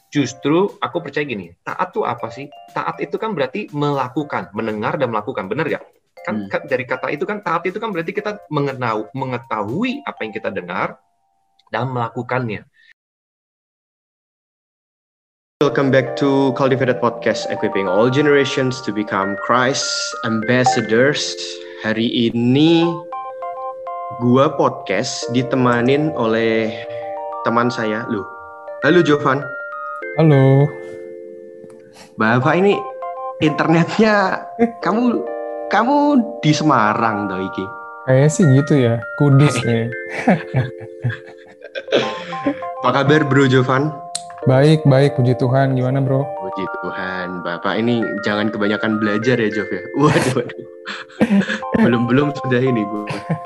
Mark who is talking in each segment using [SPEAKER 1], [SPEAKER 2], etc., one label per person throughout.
[SPEAKER 1] Justru aku percaya gini, taat tuh apa sih? Taat itu kan berarti melakukan, mendengar dan melakukan, benar gak? Kan dari kata itu kan, taat itu kan berarti kita mengetahui apa yang kita dengar dan melakukannya.
[SPEAKER 2] Welcome back to Cultivated Podcast, equipping all generations to become Christ ambassadors. Hari ini gua podcast ditemanin oleh teman saya, lu. Halo Jovan.
[SPEAKER 3] Halo.
[SPEAKER 2] Bapak ini internetnya kamu di Semarang toh iki?
[SPEAKER 3] Kayaknya sih gitu ya, Kudus nih.
[SPEAKER 2] Apa kabar Bro Jovan?
[SPEAKER 3] Baik, puji Tuhan. Gimana bro?
[SPEAKER 2] Puji Tuhan, Bapak ini jangan kebanyakan belajar ya Jov ya. Waduh. Belum sudah ini gue.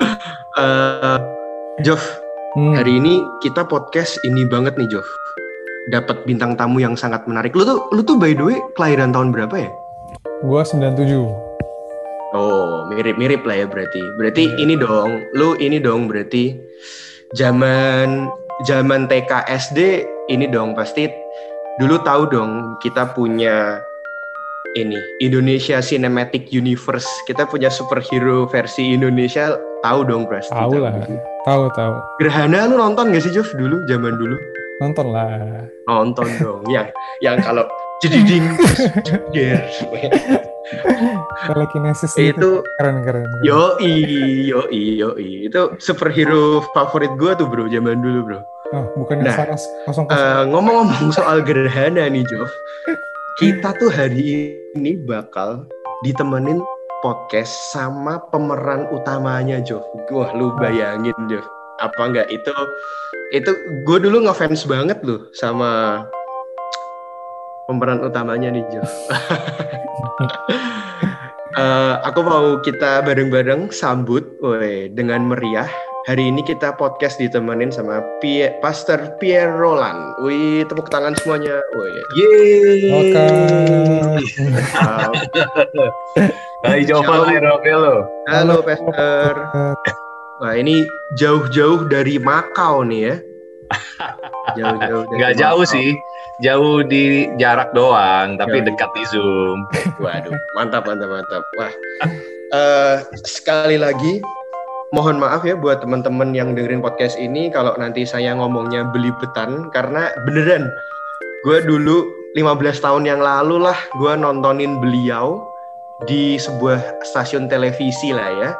[SPEAKER 2] Jov, hari ini kita podcast ini banget nih Jov. Dapat bintang tamu yang sangat menarik. Lu tuh by the way kelahiran tahun berapa ya?
[SPEAKER 3] Gua 97.
[SPEAKER 2] Oh, mirip lah ya berarti. Berarti ini dong berarti zaman TK SD ini dong pasti dulu tahu dong kita punya ini Indonesia Cinematic Universe. Kita punya superhero versi Indonesia, tahu dong pasti.
[SPEAKER 3] Tahu lah. Tahu.
[SPEAKER 2] Gerhana lu nonton gak sih Jov dulu zaman dulu?
[SPEAKER 3] Nonton lah.
[SPEAKER 2] Nonton dong. yang kalau jediding
[SPEAKER 3] telekinesis
[SPEAKER 2] itu
[SPEAKER 3] keren.
[SPEAKER 2] Yoi. Itu superhero favorit gue tuh bro, zaman dulu bro.
[SPEAKER 3] Oh, bukan yang Saras 00.
[SPEAKER 2] Ngomong-ngomong soal gerhana nih Jov, kita tuh hari ini bakal ditemenin podcast sama pemeran utamanya Jov. Wah lu bayangin Jov, apa enggak itu gue dulu ngefans banget loh sama pemeran utamanya nih Jov. Aku mau kita bareng-bareng sambut dengan meriah. Hari ini kita podcast ditemenin sama Pastor Pierre Roland. Wih, tepuk tangan semuanya.
[SPEAKER 1] Yeay.
[SPEAKER 3] Welcome.
[SPEAKER 1] Hai Jovan, hai Rafaelo.
[SPEAKER 2] Halo Pastor. Wah, ini jauh-jauh dari Makau nih ya. Jauh-jauh dari
[SPEAKER 1] Nggak
[SPEAKER 2] Makau.
[SPEAKER 1] jauh sih, jauh di jarak doang, tapi dekat di Zoom.
[SPEAKER 2] Waduh, mantap. Wah, sekali lagi mohon maaf ya buat teman-teman yang dengerin podcast ini kalau nanti saya ngomongnya belibetan, karena beneran gue dulu 15 tahun yang lalu lah gue nontonin beliau di sebuah stasiun televisi lah ya.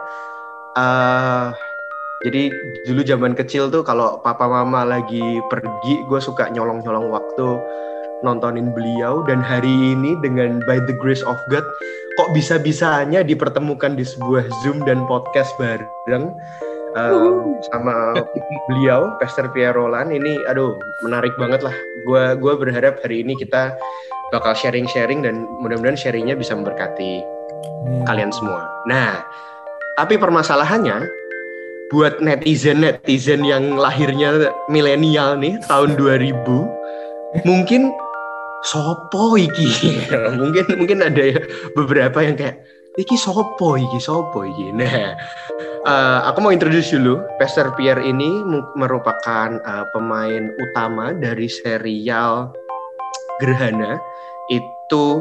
[SPEAKER 2] Jadi dulu zaman kecil tuh kalau papa mama lagi pergi, gue suka nyolong-nyolong waktu nontonin beliau, dan hari ini dengan by the grace of God kok bisa-bisanya dipertemukan di sebuah Zoom dan podcast bareng sama beliau, Pastor Pierre Roland. Ini menarik banget lah. Gue berharap hari ini kita bakal sharing dan mudah-mudahan sharingnya bisa memberkati kalian semua. Nah, tapi permasalahannya buat netizen yang lahirnya milenial nih tahun 2000, mungkin sopo iki. mungkin ada beberapa yang kayak iki sopo iki. Nah, aku mau introduce dulu. Pastor Pierre ini merupakan pemain utama dari serial Gerhana. Itu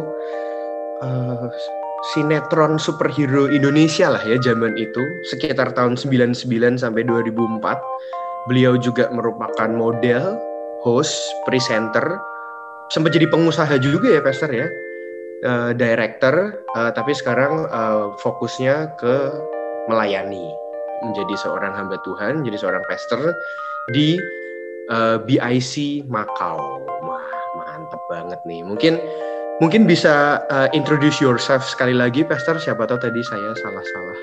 [SPEAKER 2] sinetron superhero Indonesia lah ya zaman itu, sekitar tahun 99 sampai 2004. Beliau juga merupakan model, host, presenter, sempat jadi pengusaha juga ya Pastor ya, director, tapi sekarang fokusnya ke melayani, menjadi seorang hamba Tuhan, menjadi seorang pastor di BIC Makau. Wah, mantep banget nih. Mungkin bisa introduce yourself sekali lagi Pastor, siapa tahu tadi saya salah.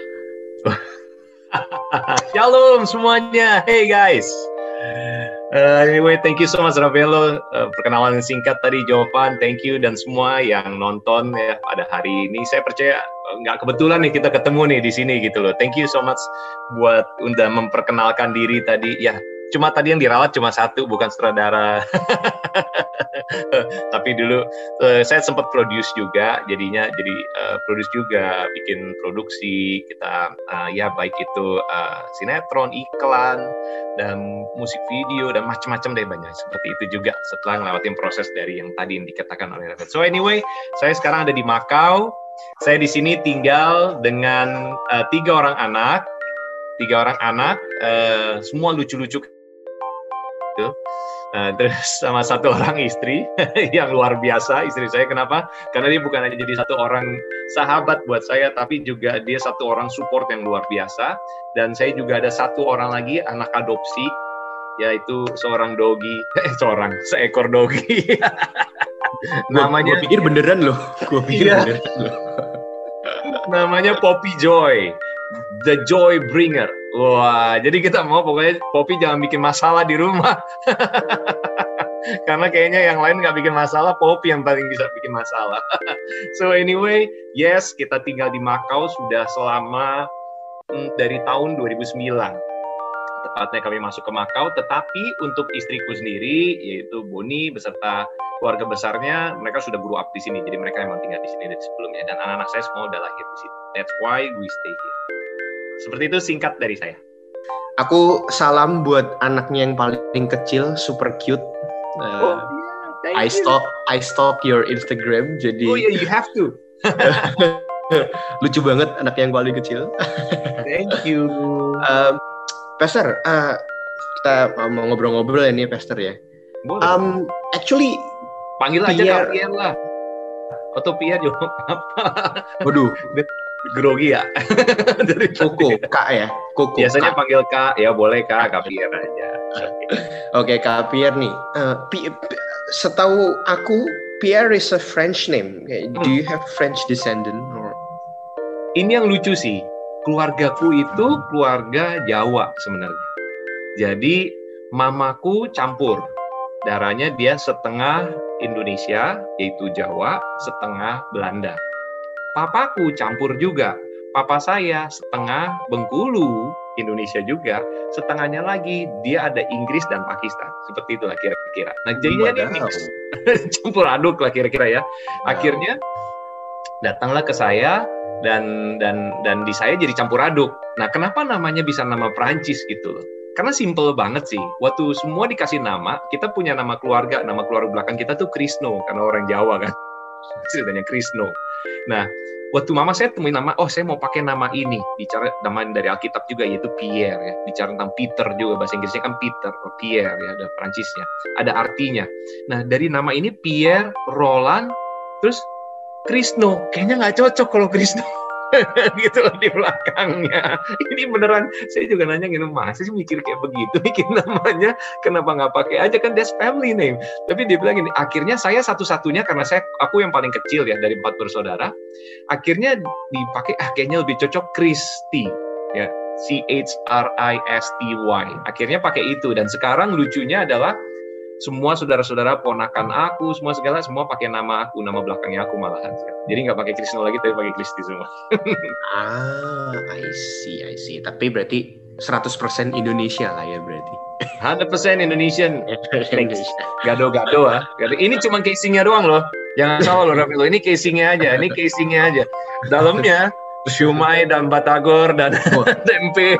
[SPEAKER 1] Shalom semuanya, hey guys. Anyway, thank you so much Rafaelo. Perkenalan singkat tadi Jovan, thank you, dan semua yang nonton ya pada hari ini. Saya percaya nggak kebetulan nih kita ketemu nih di sini gitu loh. Thank you so much buat udah memperkenalkan diri tadi. Ya, Cuma tadi yang dirawat cuma satu, bukan sutradara. Tapi dulu saya sempat produce juga, jadi produce juga, bikin produksi kita ya baik itu sinetron, iklan, dan musik video dan macam-macam deh banyak seperti itu juga setelah ngelewatin proses dari yang tadi yang dikatakan oleh Rafael. So anyway, saya sekarang ada di Makau. Saya di sini tinggal dengan 3 orang anak, semua lucu-lucu. Terus sama 1 orang istri yang luar biasa, istri saya. Kenapa? Karena dia bukan hanya jadi 1 orang sahabat buat saya, tapi juga dia 1 orang support yang luar biasa. Dan saya juga ada 1 orang lagi anak adopsi, yaitu seorang dogi, seekor dogi. Namanya.
[SPEAKER 2] Gue pikir beneran loh. Beneran loh.
[SPEAKER 1] Namanya Poppy Joy. The Joy Bringer. Wah, jadi kita mau pokoknya Poppy jangan bikin masalah di rumah. Karena kayaknya yang lain nggak bikin masalah, Poppy yang paling bisa bikin masalah. So anyway, yes, kita tinggal di Makau sudah selama dari tahun 2009. Tepatnya kami masuk ke Makau, tetapi untuk istriku sendiri, yaitu Boni beserta keluarga besarnya, mereka sudah grow up di sini. Jadi mereka memang tinggal di sini dari sebelumnya. Dan anak-anak saya semua udah lahir di sini. That's why we stay here. Seperti itu singkat dari saya.
[SPEAKER 2] Aku salam buat anaknya yang paling kecil, super cute. I stalk your Instagram, jadi.
[SPEAKER 1] Oh yeah, you have to.
[SPEAKER 2] Lucu banget anak yang paling kecil.
[SPEAKER 1] Thank you.
[SPEAKER 2] Pastor, kita mau ngobrol-ngobrol ini, Pastor ya.
[SPEAKER 1] Boleh.
[SPEAKER 2] Actually,
[SPEAKER 1] panggil aja Pierre lah. Atau Pierre juga apa? Waduh. Grogi ya.
[SPEAKER 2] Koko, Kak ya. Koko.
[SPEAKER 1] Biasanya
[SPEAKER 2] Kak.
[SPEAKER 1] Panggil Kak, ya boleh Kak Pierre aja.
[SPEAKER 2] Oke, Kak Pierre nih. Setahu aku, Pierre is a French name. Do you have French descendant? Or?
[SPEAKER 1] Ini yang lucu sih. Keluargaku itu keluarga Jawa sebenarnya. Jadi mamaku campur. Darahnya dia setengah Indonesia, yaitu Jawa, setengah Belanda. Papaku campur juga. Papa saya setengah Bengkulu, Indonesia juga. Setengahnya lagi dia ada Inggris dan Pakistan. Seperti itulah kira-kira. Nah jadinya ini mix. Campur aduk lah kira-kira ya. Akhirnya datanglah ke saya dan di saya jadi campur aduk. Nah kenapa namanya bisa nama Prancis gitu loh? Karena simple banget sih. Waktu semua dikasih nama, kita punya nama keluarga belakang kita tuh Krisno karena orang Jawa kan. Ceritanya Krisno. Nah, waktu mama saya temuin nama, saya mau pakai nama ini. Bicara nama dari Alkitab juga, yaitu Pierre ya. Bicara tentang Peter juga, bahasa Inggrisnya kan Peter, Pierre ya, ada Prancisnya. Ada artinya. Nah, dari nama ini Pierre, Roland, terus Krisno. Kayaknya nggak cocok kalau Krisno. Gitu loh di belakangnya. Ini beneran, saya juga nanya gitu, masa sih mikir kayak begitu, bikin namanya, kenapa nggak pakai aja, kan that's family name. Tapi dia bilang gini, akhirnya saya satu-satunya, karena aku yang paling kecil ya, dari 4 bersaudara, akhirnya dipakai, kayaknya lebih cocok Christy, ya, Christy. Akhirnya pakai itu, dan sekarang lucunya adalah, semua saudara-saudara ponakan aku, semua pakai nama aku, nama belakangnya aku malahan. Jadi nggak pakai Krisno lagi, tapi pakai Kristi semua.
[SPEAKER 2] I see. Tapi berarti 100% Indonesia lah ya berarti.
[SPEAKER 1] 100% Indonesian. Gado-gado ah. Ini cuma casingnya doang loh. Jangan salah loh Rafael. Ini casingnya aja. Dalamnya siomay dan batagor dan tempe.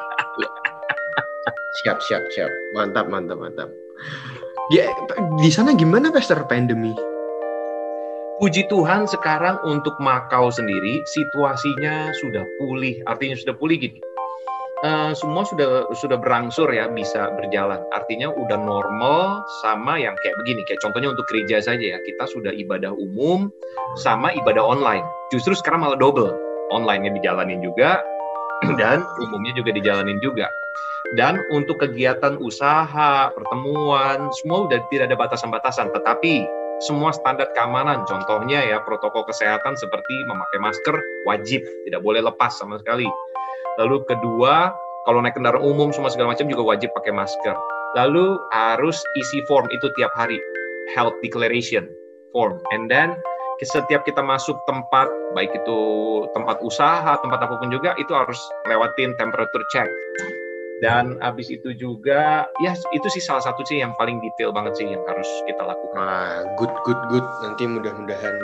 [SPEAKER 2] Siap. Mantap. Ya, di sana gimana Pastor pandemi?
[SPEAKER 1] Puji Tuhan sekarang untuk Makau sendiri situasinya sudah pulih. Artinya sudah pulih gini. Semua sudah berangsur ya bisa berjalan. Artinya udah normal sama yang kayak begini. Kayak contohnya untuk gereja saja ya. Kita sudah ibadah umum sama ibadah online. Justru sekarang malah double. Online-nya dijalanin juga dan umumnya juga dijalanin juga. Dan untuk kegiatan usaha, pertemuan, semua udah tidak ada batasan-batasan. Tetapi semua standar keamanan, contohnya ya protokol kesehatan seperti memakai masker wajib, tidak boleh lepas sama sekali. Lalu kedua, kalau naik kendaraan umum semua segala macam juga wajib pakai masker. Lalu harus isi form itu tiap hari, health declaration form. And then setiap kita masuk tempat, baik itu tempat usaha, tempat apapun juga, itu harus lewatin temperature check. Dan abis itu juga, ya itu sih salah satu sih yang paling detail banget sih yang harus kita lakukan.
[SPEAKER 2] Nah, good. Nanti mudah-mudahan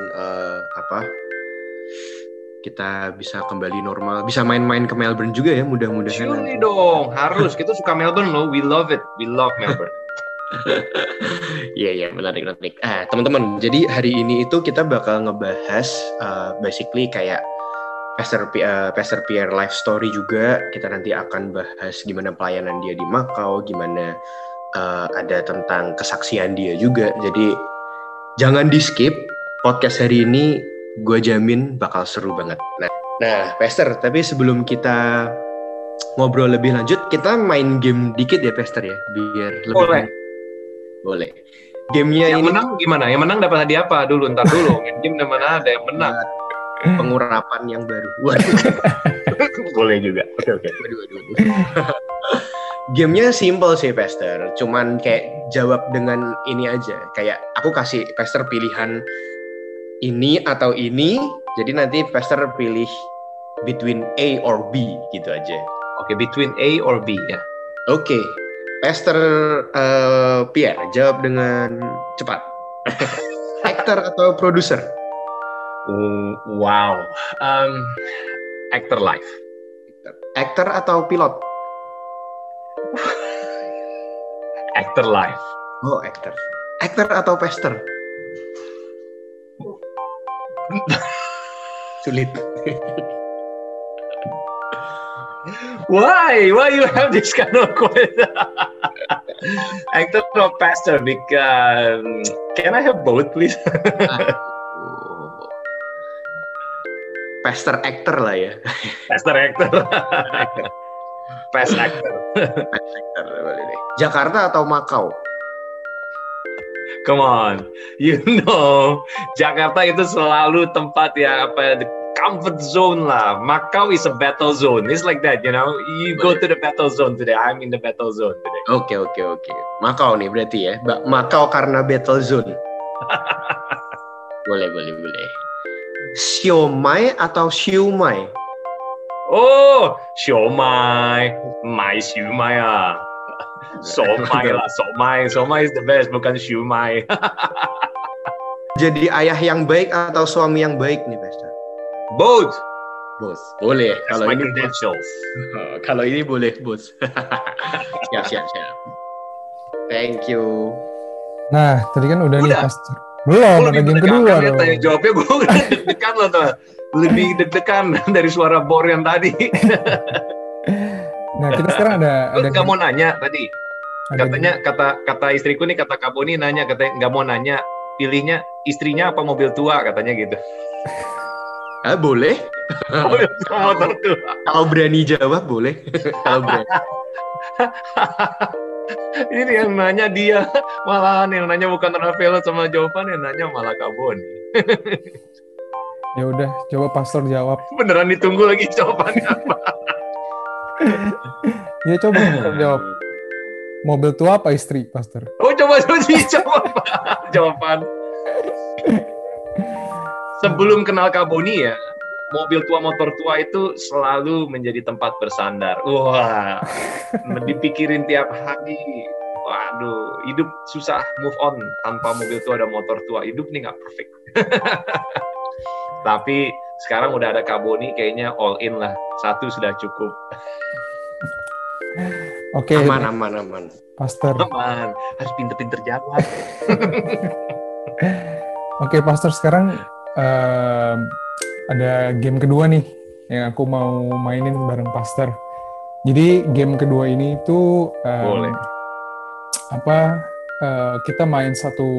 [SPEAKER 2] kita bisa kembali normal, bisa main-main ke Melbourne juga ya, mudah-mudahan.
[SPEAKER 1] Surely dong, harus. Kita suka Melbourne loh, we love it, we love Melbourne.
[SPEAKER 2] Iya, menarik. Teman-teman, jadi hari ini itu kita bakal ngebahas basically kayak Pastor Pierre life story juga. Kita nanti akan bahas gimana pelayanan dia di Makau, gimana ada tentang kesaksian dia juga. Jadi jangan di skip podcast hari ini, gue jamin bakal seru banget. Nah, Pastor, tapi sebelum kita ngobrol lebih lanjut, kita main game dikit ya, Pastor ya, biar lebih. Boleh. Gamenya
[SPEAKER 1] yang
[SPEAKER 2] ini
[SPEAKER 1] menang gimana? Yang menang dapat hadiah apa dulu? Ntar dulu. Game mana ada yang menang?
[SPEAKER 2] Pengurapan yang baru.
[SPEAKER 1] Boleh juga. Oke.
[SPEAKER 2] Gamenya simple sih, Pastor. Cuman kayak jawab dengan ini aja. Kayak aku kasih Pastor pilihan ini atau ini. Jadi nanti Pastor pilih between A or B gitu aja.
[SPEAKER 1] Oke, between A or B ya.
[SPEAKER 2] Oke. Pastor Pierre, jawab dengan cepat. Aktor atau produser?
[SPEAKER 1] Wow. Actor life.
[SPEAKER 2] Aktor atau pilot?
[SPEAKER 1] Actor life.
[SPEAKER 2] Oh, aktor. Aktor atau pastor? Sulit.
[SPEAKER 1] Why you have this kind of question? Actor or pastor? Because can I have both, please?
[SPEAKER 2] Pastor actor lah ya.
[SPEAKER 1] Pastor actor. Past actor.
[SPEAKER 2] Past actor boleh deh. Jakarta atau Makau?
[SPEAKER 1] Come on, you know Jakarta itu selalu tempat ya the comfort zone lah. Macau is a battle zone. It's like that, you know. You go to the battle zone today. I'm in the battle zone today.
[SPEAKER 2] Oke. Makau nih berarti ya. Makau karena battle zone. Boleh. Siomay atau siumay?
[SPEAKER 1] Oh, siomay. My siumay ah. Somay lah, somay is the best, bukan siumay.
[SPEAKER 2] Jadi ayah yang baik atau suami yang baik nih, Pastor?
[SPEAKER 1] Both.
[SPEAKER 2] Boleh.
[SPEAKER 1] That's my credentials.
[SPEAKER 2] Kalau ini boleh, Bos. Siap. Thank you.
[SPEAKER 3] Nah, tadi kan udah nih, Pastor. Belum, ada game kedua loh.
[SPEAKER 1] Tanya jawabnya gue udah deg-degan loh tuh. Lebih deg-degan dari suara bor yang tadi.
[SPEAKER 3] Nah, kita sekarang ada
[SPEAKER 1] nggak mau nanya tadi. Katanya kata istriku nih, kata Kak Boni nanya, katanya nggak mau nanya pilihnya istrinya apa mobil tua, katanya gitu.
[SPEAKER 2] Boleh.
[SPEAKER 1] Motor tua.
[SPEAKER 2] Kalau berani jawab boleh. Kalau berani.
[SPEAKER 1] Ini yang nanya dia, malahan yang nanya bukan Rafael sama jawaban, yang nanya malah Kak Boni.
[SPEAKER 3] Ya udah, coba Pastor jawab.
[SPEAKER 1] Beneran ditunggu lagi jawabannya apa?
[SPEAKER 3] Ya coba Pastor jawab. Mobil tua apa istri, Pastor?
[SPEAKER 1] Oh, coba jawaban. Sebelum kenal Kak Boni ya, mobil tua, motor tua itu selalu menjadi tempat bersandar. Wah, dipikirin tiap hari. Waduh, hidup susah move on tanpa mobil tua dan motor tua. Hidup nih nggak perfect. Tapi sekarang udah ada Kak Boni, kayaknya all in lah. Satu sudah cukup.
[SPEAKER 2] Oke. Aman.
[SPEAKER 3] Pastor.
[SPEAKER 1] Aman. Harus pinter-pinter jawab.
[SPEAKER 3] Oke, Pastor, sekarang ada game kedua nih yang aku mau mainin bareng Pastor. Jadi game kedua ini itu
[SPEAKER 1] boleh.
[SPEAKER 3] Kita main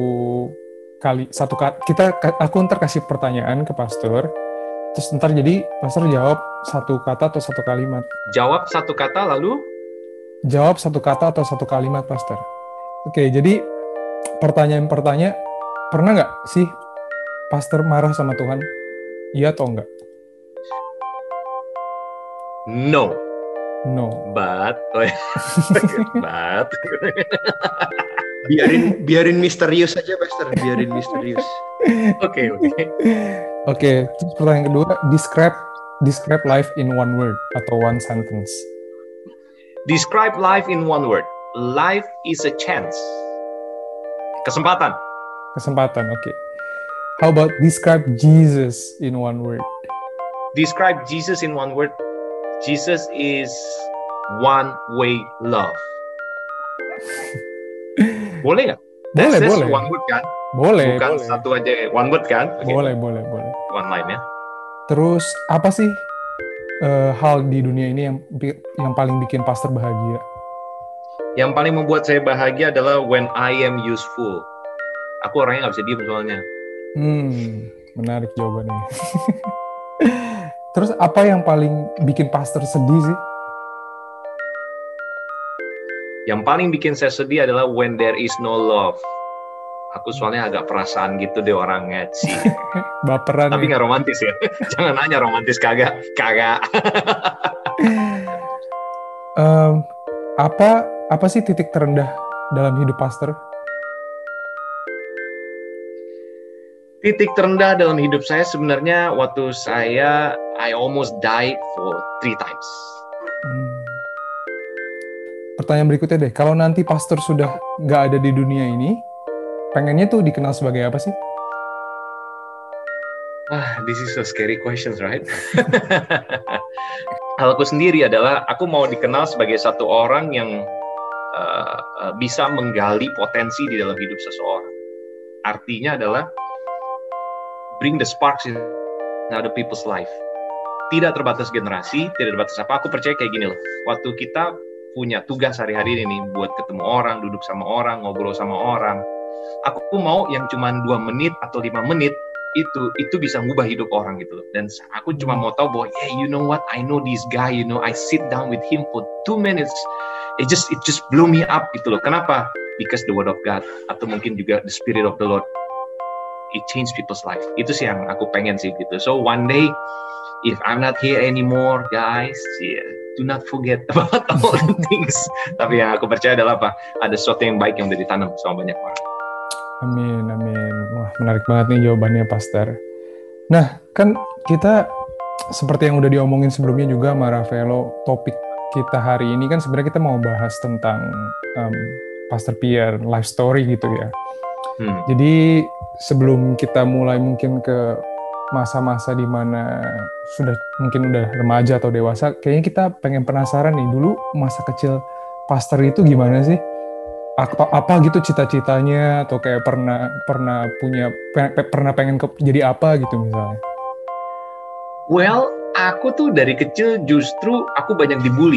[SPEAKER 3] aku ntar kasih pertanyaan ke Pastor, terus ntar jadi Pastor jawab satu kata atau satu kalimat.
[SPEAKER 1] Jawab satu kata lalu?
[SPEAKER 3] Jawab satu kata atau satu kalimat, Pastor. Oke, jadi pertanyaan pernah nggak sih Pastor marah sama Tuhan? Iya atau enggak?
[SPEAKER 1] No. But.
[SPEAKER 2] biarin misterius aja, Pastor. Biarin misterius.
[SPEAKER 1] Oke.
[SPEAKER 3] Terus pertanyaan kedua, describe life in one word atau one sentence.
[SPEAKER 1] Describe life in one word. Life is a chance. Kesempatan.
[SPEAKER 3] Kesempatan, oke. How about describe Jesus in one word?
[SPEAKER 1] Describe Jesus in one word. Jesus is one-way love. Boleh nggak?
[SPEAKER 3] Boleh,
[SPEAKER 1] That's
[SPEAKER 3] boleh.
[SPEAKER 1] one word kan?
[SPEAKER 3] Boleh,
[SPEAKER 1] Bukan
[SPEAKER 3] boleh.
[SPEAKER 1] satu aja one word kan? Okay.
[SPEAKER 3] Boleh.
[SPEAKER 1] One line ya.
[SPEAKER 3] Terus apa sih hal di dunia ini yang paling bikin pastor bahagia?
[SPEAKER 1] Yang paling membuat saya bahagia adalah when I am useful. Aku orangnya nggak bisa diem soalnya.
[SPEAKER 3] Menarik jawabannya. Terus apa yang paling bikin pastor sedih sih?
[SPEAKER 1] Yang paling bikin saya sedih adalah when there is no love. Aku soalnya agak perasaan gitu deh orangnya sih.
[SPEAKER 3] Baperan.
[SPEAKER 1] Tapi nggak romantis ya. Jangan nanya romantis kagak.
[SPEAKER 3] Apa sih titik terendah dalam hidup pastor?
[SPEAKER 1] Titik terendah dalam hidup saya sebenarnya waktu I almost died for 3 times.
[SPEAKER 3] Pertanyaan berikutnya deh, kalau nanti pastor sudah nggak ada di dunia ini, pengennya tuh dikenal sebagai apa sih?
[SPEAKER 1] This is a scary questions, right? Hal aku sendiri adalah aku mau dikenal sebagai satu orang yang bisa menggali potensi di dalam hidup seseorang. Artinya adalah bring the sparks in other people's life. Tidak terbatas generasi, tidak terbatas apa. Aku percaya kayak gini loh. Waktu kita punya tugas hari-hari ini nih, buat ketemu orang, duduk sama orang, ngobrol sama orang. Aku mau yang cuma 2 menit atau 5 menit itu bisa ngubah hidup orang gitu loh. Dan aku cuma mau tahu bahwa, yeah, you know what, I know this guy, you know, I sit down with him for 2 minutes. It just blew me up gitu loh. Kenapa? Because the word of God, atau mungkin juga the spirit of the Lord, it changed people's life. Itu sih yang aku pengen sih gitu. So one day, if I'm not here anymore, guys, yeah, do not forget about all the things. Tapi yang aku percaya adalah apa? Ada sesuatu yang baik yang udah ditanam sama banyak orang.
[SPEAKER 3] Amin. Wah, menarik banget nih jawabannya, Pastor. Nah, kan kita seperti yang udah diomongin sebelumnya juga sama Rafaelo, topik kita hari ini kan sebenarnya kita mau bahas tentang Pastor Pierre, life story gitu ya. Jadi sebelum kita mulai mungkin ke masa-masa di mana mungkin udah remaja atau dewasa, kayaknya kita pengen penasaran nih, dulu masa kecil pastor itu gimana sih? Apa gitu cita-citanya, atau kayak pernah pengen jadi apa gitu misalnya?
[SPEAKER 1] Well, aku tuh dari kecil justru aku banyak dibully.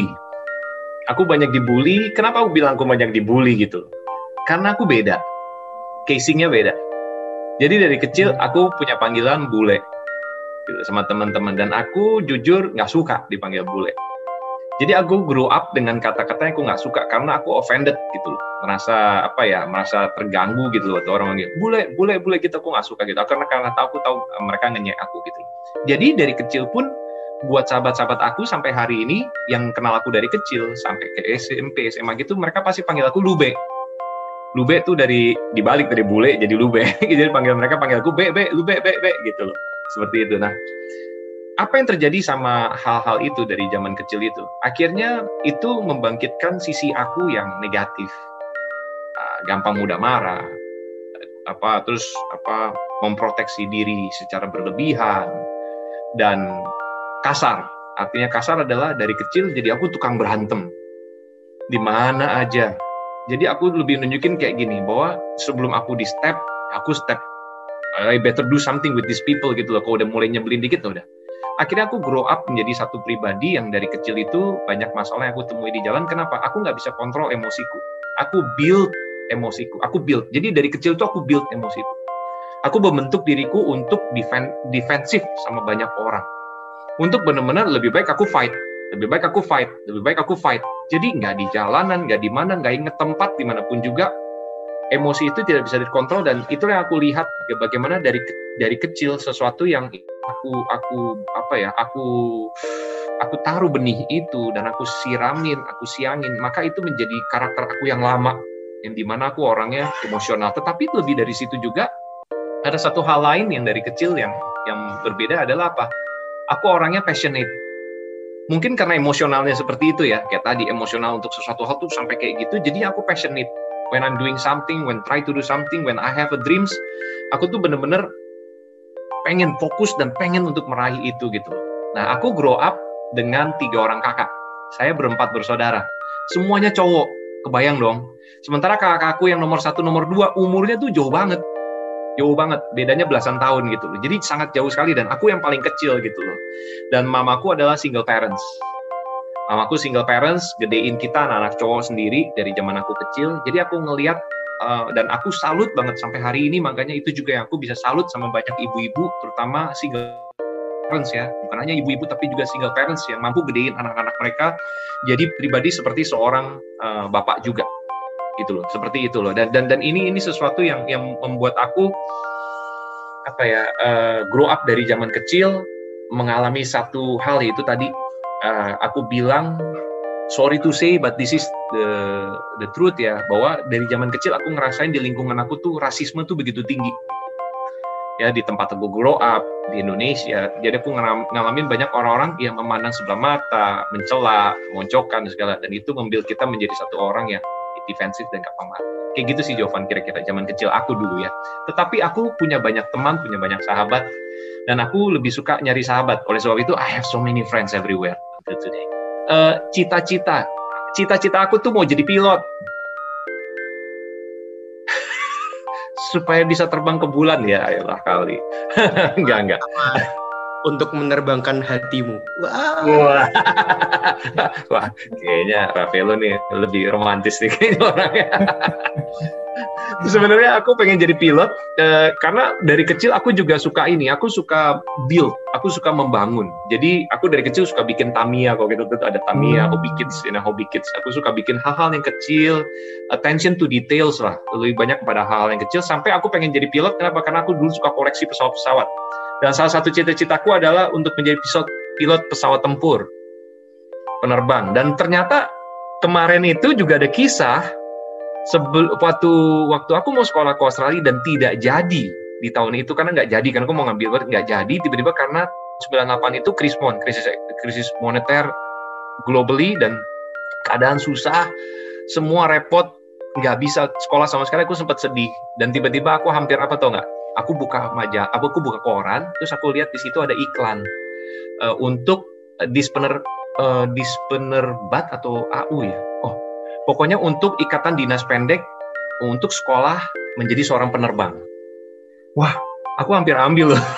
[SPEAKER 1] Kenapa aku bilang aku banyak dibully gitu? Karena aku beda. Casingnya beda. Jadi dari kecil aku punya panggilan bule gitu, sama teman-teman, dan aku jujur nggak suka dipanggil bule. Jadi aku grow up dengan kata-kata yang aku nggak suka karena aku offended gitu loh, merasa terganggu gitu loh, orang manggil bule gitu, aku nggak suka gitu, karena aku tahu mereka ngenyek aku gitu loh. Jadi dari kecil pun buat sahabat-sahabat aku sampai hari ini yang kenal aku dari kecil sampai ke SMP, SMA gitu, mereka pasti panggil aku Lube. Lube tuh dibalik dari bule jadi Lube. Jadi panggil aku Be gitu loh. Seperti itu. Nah, apa yang terjadi sama hal-hal itu dari zaman kecil itu? Akhirnya itu membangkitkan sisi aku yang negatif. Gampang mudah marah. Memproteksi diri secara berlebihan dan kasar. Artinya kasar adalah dari kecil jadi aku tukang berantem. Di mana aja. Jadi aku lebih nunjukin kayak gini, bahwa sebelum aku step, I better do something with these people gitu loh. Kalau udah mulai nyebelin dikit, udah. Akhirnya aku grow up menjadi satu pribadi yang dari kecil itu banyak masalah yang aku temui di jalan. Kenapa? Aku nggak bisa kontrol emosiku. Aku build emosiku. Jadi dari kecil itu aku build emosiku. Aku membentuk diriku untuk defensif sama banyak orang. Untuk benar-benar lebih baik aku fight. Jadi nggak di jalanan, nggak di mana, nggak inget tempat, dimanapun juga emosi itu tidak bisa dikontrol. Dan itulah yang aku lihat bagaimana dari kecil sesuatu yang aku taruh benih itu dan aku siangin, maka itu menjadi karakter aku yang lama, yang dimana aku orangnya emosional. Tetapi lebih dari situ juga ada satu hal lain yang dari kecil yang berbeda adalah apa? Aku orangnya passionate. mungkin karena emosionalnya seperti itu ya, kayak tadi emosional untuk sesuatu hal tuh sampai kayak gitu, jadi aku passionate when I'm doing something, when try to do something, when I have a dreams, aku tuh bener-bener pengen fokus dan pengen untuk meraih itu gitu. Nah, aku grow up dengan 3 orang kakak. Saya berempat bersaudara. Semuanya cowok. Kebayang dong. Sementara kakakku yang nomor 1, nomor 2, umurnya tuh jauh banget. Jauh banget. Bedanya belasan tahun gitu loh. Jadi sangat jauh sekali dan aku yang paling kecil gitu loh. Dan mamaku adalah single parents. Mamaku single parents, gedein kita anak-anak cowok sendiri dari zaman aku kecil. Jadi aku ngelihat dan aku salut banget sampai hari ini, makanya itu juga yang aku bisa salut sama banyak ibu-ibu, terutama single parents ya, bukan hanya ibu-ibu tapi juga single parents yang mampu gedein anak-anak mereka jadi pribadi seperti seorang bapak juga, gitu loh, seperti itu loh. Dan ini sesuatu yang membuat aku grow up dari zaman kecil mengalami satu hal, yaitu tadi aku bilang sorry to say but this is the truth ya, bahwa dari zaman kecil aku ngerasain di lingkungan aku tuh rasisme tuh begitu tinggi ya, di tempat aku grow up di Indonesia. Jadi aku ngalamin banyak orang-orang yang memandang sebelah mata, mencela, moncokan segala, dan itu membuat kita menjadi satu orang yang defensif dan gampang marah. Kayak gitu sih jawaban kira-kira zaman kecil aku dulu ya. Tetapi aku punya banyak teman, punya banyak sahabat, dan aku lebih suka nyari sahabat. Oleh sebab itu I have so many friends everywhere until today. Cita-cita aku tuh mau jadi pilot. Supaya bisa terbang ke bulan ya, ayolah kali. Enggak.
[SPEAKER 2] Untuk menerbangkan hatimu.
[SPEAKER 1] Wah. Wah, kayaknya Rafaelo nih lebih romantis nih kayaknya orangnya. Sebenarnya aku pengen jadi pilot karena dari kecil aku juga suka aku suka build, aku suka membangun. Jadi aku dari kecil suka bikin Tamiya, kalau gitu tuh ada Tamiya, Hobby Kids. Aku suka bikin hal-hal yang kecil, attention to details lah, lebih banyak pada hal yang kecil. Sampai aku pengen jadi pilot, kenapa? Karena aku dulu suka koleksi pesawat-pesawat. Dan salah satu cita-citaku adalah untuk menjadi pilot pesawat tempur, penerbang. Dan ternyata kemarin itu juga ada kisah. Waktu aku mau sekolah ke Australia dan tidak jadi di tahun itu, karena nggak jadi, kan aku mau ngambil nggak jadi, tiba-tiba karena 98 itu krisis moneter globally dan keadaan susah, semua repot, nggak bisa sekolah sama sekali. Aku sempat sedih dan tiba-tiba aku hampir aku buka koran, terus aku lihat di situ ada iklan untuk dispenerbat atau AU ya. Pokoknya untuk ikatan dinas pendek untuk sekolah menjadi seorang penerbang. Wah, aku hampir ambil loh.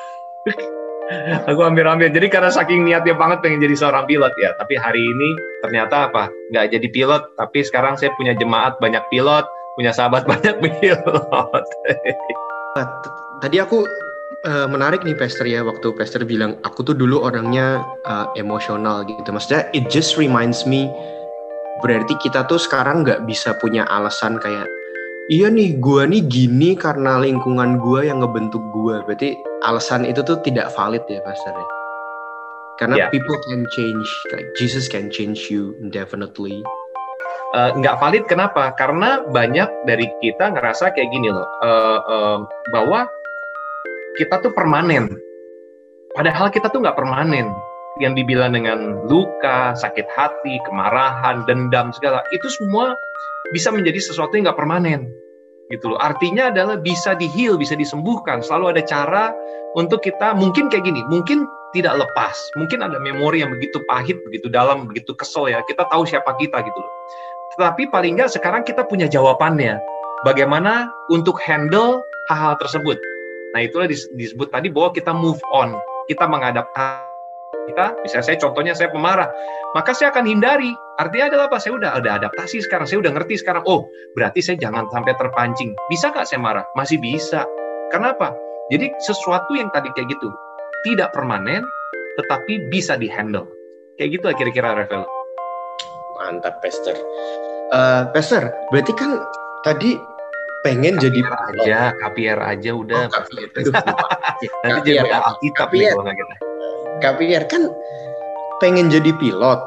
[SPEAKER 1] Aku hampir ambil. Jadi karena saking niatnya banget pengen jadi seorang pilot ya. Tapi hari ini ternyata nggak jadi pilot. Tapi sekarang saya punya jemaat banyak pilot, punya sahabat banyak pilot.
[SPEAKER 2] Tadi aku menarik nih Pastor ya, waktu Pastor bilang aku tuh dulu orangnya emosional gitu. Maksudnya it just reminds me, berarti kita tuh sekarang nggak bisa punya alasan kayak, iya nih gue nih gini karena lingkungan gue yang ngebentuk gue. Berarti alasan itu tuh tidak valid ya Pastor ya. Karena people can change, like Jesus can change you indefinitely.
[SPEAKER 1] Nggak valid kenapa? Karena banyak dari kita ngerasa kayak gini loh, bahwa kita tuh permanen. Padahal kita tuh nggak permanen. Yang dibilang dengan luka, sakit hati, kemarahan, dendam, segala, itu semua bisa menjadi sesuatu yang nggak permanen. Gitu loh. Artinya adalah bisa di-heal, bisa disembuhkan. Selalu ada cara untuk kita, mungkin kayak gini, mungkin tidak lepas. Mungkin ada memori yang begitu pahit, begitu dalam, begitu kesel ya. Kita tahu siapa kita gitu loh. Tetapi paling nggak sekarang kita punya jawabannya. Bagaimana untuk handle hal-hal tersebut. Nah itulah disebut tadi bahwa kita move on. Kita mengadaptasi. Misalnya saya pemarah, maka saya akan hindari. Artinya adalah apa? Saya udah adaptasi sekarang, saya udah ngerti sekarang. Oh, berarti saya jangan sampai terpancing. Bisa nggak saya marah? Masih bisa. Kenapa? Jadi sesuatu yang tadi kayak gitu tidak permanen, tetapi bisa dihandle. Kayak gitu lah kira-kira, Rafael.
[SPEAKER 2] Mantap, Pastor. Pastor, berarti kan tadi pengen jadi
[SPEAKER 1] KPR aja udah.
[SPEAKER 2] Nanti jadi Alkitab nih kalau nggak kita. KPR kan pengen jadi pilot,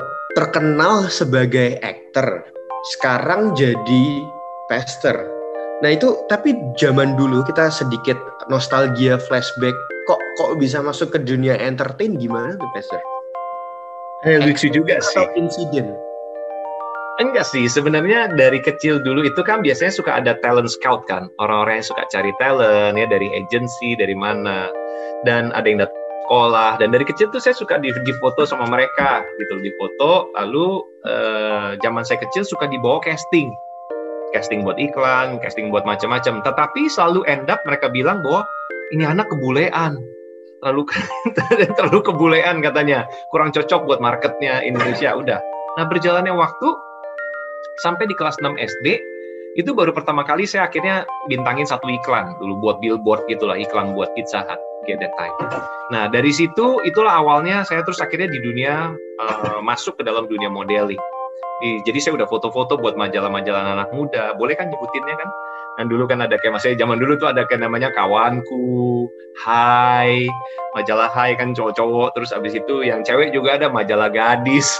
[SPEAKER 2] terkenal sebagai aktor, sekarang jadi pastor. Nah itu, tapi zaman dulu kita sedikit nostalgia flashback, kok bisa masuk ke dunia entertain, gimana tuh Pastor?
[SPEAKER 1] Lucu juga sih.
[SPEAKER 2] Atau insiden?
[SPEAKER 1] Enggak sih, sebenarnya dari kecil dulu itu kan biasanya suka ada talent scout kan, orang-orang yang suka cari talent ya dari agency, dari mana, dan ada yang datang sekolah, dan dari kecil tuh saya suka difoto sama mereka gitu, difoto, lalu zaman saya kecil suka dibawa casting buat iklan, casting buat macam-macam, tetapi selalu end up mereka bilang bahwa ini anak kebulean, terlalu kebulean katanya, kurang cocok buat marketnya Indonesia. Udah. Nah, berjalannya waktu sampai di kelas 6 SD itu baru pertama kali saya akhirnya bintangin satu iklan dulu buat billboard gitulah, iklan buat Pizza Hut at that time. Nah, dari situ itulah awalnya saya terus akhirnya di dunia masuk ke dalam dunia modeling. Jadi saya udah foto-foto buat majalah-majalah anak muda, boleh kan nyebutinnya kan? Dan dulu kan ada kayak masanya zaman dulu tuh ada kayak namanya Kawanku, Hai, majalah Hai kan cowok-cowok, terus abis itu yang cewek juga ada majalah Gadis.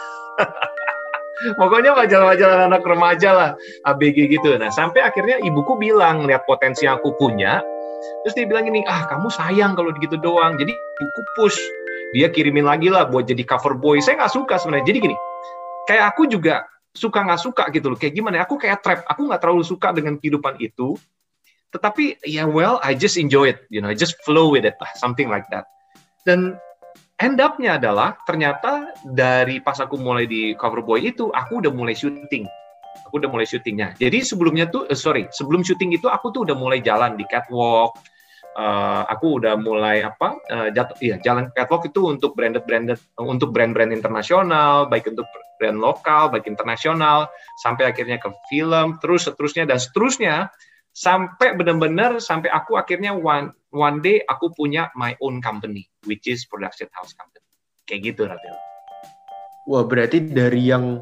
[SPEAKER 1] Pokoknya majalah-majalah anak remaja lah, ABG gitu. Nah, sampai akhirnya ibuku bilang, lihat potensi yang aku punya, terus dia bilang gini, kamu sayang kalau gitu doang. Jadi ibuku push, dia kirimin lagi lah buat jadi cover boy. Saya nggak suka sebenarnya. Jadi gini, kayak aku juga suka nggak suka gitu loh. Kayak gimana? Aku kayak trap. Aku nggak terlalu suka dengan kehidupan itu. Tetapi ya I just enjoy it. I just flow with it lah. Something like that. Dan end up-nya adalah ternyata dari pas aku mulai di cover boy itu, aku udah mulai syuting. Aku udah mulai syutingnya. Jadi sebelumnya tuh, sebelum syuting itu aku tuh udah mulai jalan di catwalk. Aku udah mulai jalan catwalk itu untuk untuk brand-brand internasional, baik untuk brand lokal, baik internasional, sampai akhirnya ke film, seterusnya dan seterusnya, sampai benar-benar sampai aku akhirnya one day aku punya my own company, which is production house company, kayak gitu Rafael.
[SPEAKER 2] Wah, berarti dari yang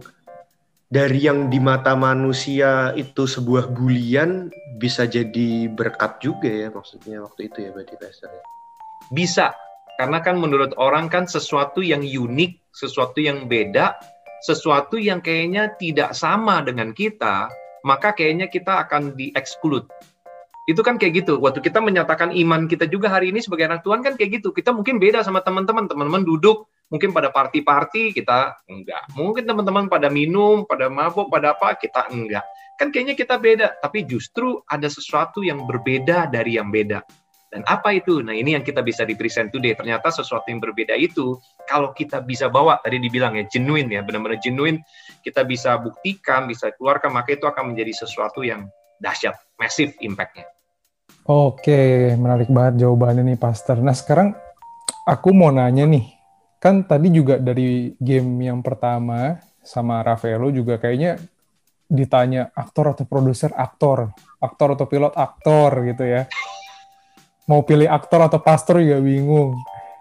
[SPEAKER 2] di mata manusia itu sebuah bulian bisa jadi berkat juga ya, maksudnya waktu itu ya berarti Pastor ya?
[SPEAKER 1] Bisa, karena kan menurut orang kan sesuatu yang unik, sesuatu yang beda, sesuatu yang kayaknya tidak sama dengan kita, maka kayaknya kita akan di-exclude. Itu kan kayak gitu. Waktu kita menyatakan iman kita juga hari ini sebagai anak Tuhan kan kayak gitu. Kita mungkin beda sama teman-teman. Teman-teman duduk, mungkin pada party-party, kita enggak. Mungkin teman-teman pada minum, pada mabuk, pada apa, kita enggak. Kan kayaknya kita beda. Tapi justru ada sesuatu yang berbeda dari yang beda. Dan apa itu? Nah, ini yang kita bisa di-present today. Ternyata sesuatu yang berbeda itu, kalau kita bisa bawa, tadi dibilang ya, genuine ya, benar-benar genuine, kita bisa buktikan, bisa keluarkan, maka itu akan menjadi sesuatu yang dahsyat, massive impact-nya.
[SPEAKER 3] Oke, menarik banget jawabannya nih, Pastor. Nah, sekarang aku mau nanya nih, kan tadi juga dari game yang pertama sama Rafaelo juga kayaknya ditanya aktor atau produser, aktor atau pilot, aktor gitu ya. Mau pilih aktor atau pastor juga bingung.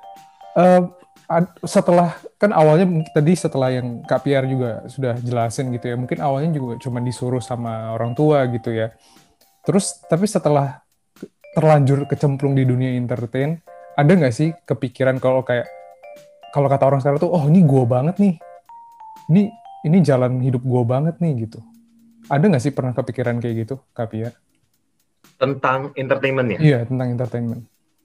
[SPEAKER 3] Setelah, kan awalnya tadi setelah yang Kak Pierre juga sudah jelasin gitu ya, mungkin awalnya juga cuma disuruh sama orang tua gitu ya. Terus, tapi setelah terlanjur kecemplung di dunia entertain, ada nggak sih kepikiran kalau kata orang sekarang tuh, ini gue banget nih, ini jalan hidup gue banget nih gitu. Ada nggak sih pernah kepikiran kayak gitu, Kak Pia?
[SPEAKER 1] Tentang entertainment ya?
[SPEAKER 3] Iya, tentang entertainment.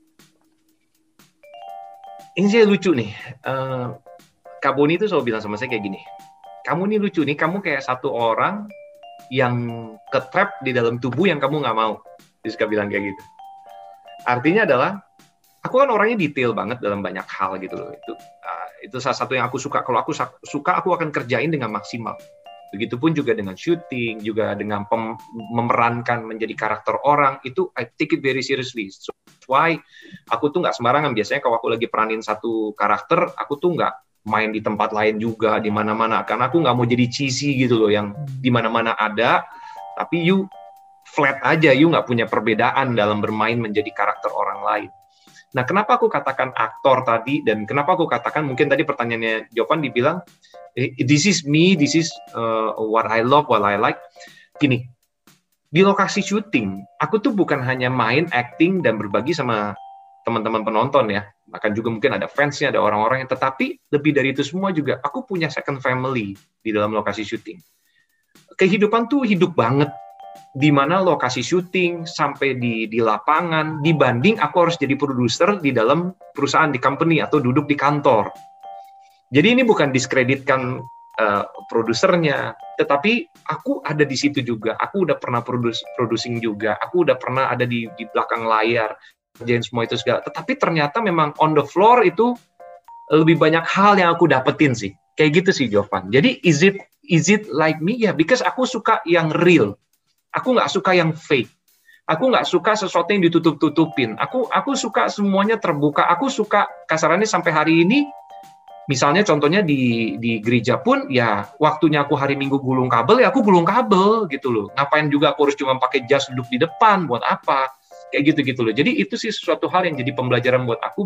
[SPEAKER 1] Ini saya lucu nih, Kak Boni tuh selalu bilang sama saya kayak gini, kamu nih lucu nih, kamu kayak satu orang yang ketrap di dalam tubuh yang kamu nggak mau. Dia suka bilang kayak gitu. Artinya adalah, aku kan orangnya detail banget dalam banyak hal gitu loh. Itu salah satu yang aku suka. Kalau aku suka, aku akan kerjain dengan maksimal. Begitupun juga dengan syuting, juga dengan memerankan menjadi karakter orang, itu I take it very seriously. So why aku tuh nggak sembarangan. Biasanya kalau aku lagi peranin satu karakter, aku tuh nggak main di tempat lain juga, di mana-mana. Karena aku nggak mau jadi cheesy gitu loh, yang di mana-mana ada, tapi you flat aja, you nggak punya perbedaan dalam bermain menjadi karakter orang lain. Nah, kenapa aku katakan aktor tadi, dan kenapa aku katakan, mungkin tadi pertanyaannya Jovan dibilang, this is me, this is what I love, what I like. Gini, di lokasi syuting, aku tuh bukan hanya main, acting, dan berbagi sama teman-teman penonton ya, bahkan juga mungkin ada fansnya, ada orang-orang yang, tetapi lebih dari itu semua juga, aku punya second family di dalam lokasi syuting. Kehidupan tuh hidup banget. di mana lokasi syuting sampai di lapangan, dibanding aku harus jadi produser di dalam perusahaan, di company, atau duduk di kantor. Jadi ini bukan diskreditkan produsernya, tetapi aku ada di situ juga. Aku udah pernah producing juga. Aku udah pernah ada di belakang layar, kerjain semua itu segala. Tetapi ternyata memang on the floor itu lebih banyak hal yang aku dapetin sih. Kayak gitu sih, Jovan. Jadi is it like me? Ya, because aku suka yang real. Aku nggak suka yang fake. Aku nggak suka sesuatu yang ditutup-tutupin. Aku suka semuanya terbuka. Aku suka kasarannya sampai hari ini. Misalnya contohnya di gereja pun, ya waktunya aku hari Minggu gulung kabel, ya aku gulung kabel gitu loh. Ngapain juga aku harus cuma pakai jas duduk di depan, buat apa? Kayak gitu-gitu loh. Jadi itu sih sesuatu hal yang jadi pembelajaran buat aku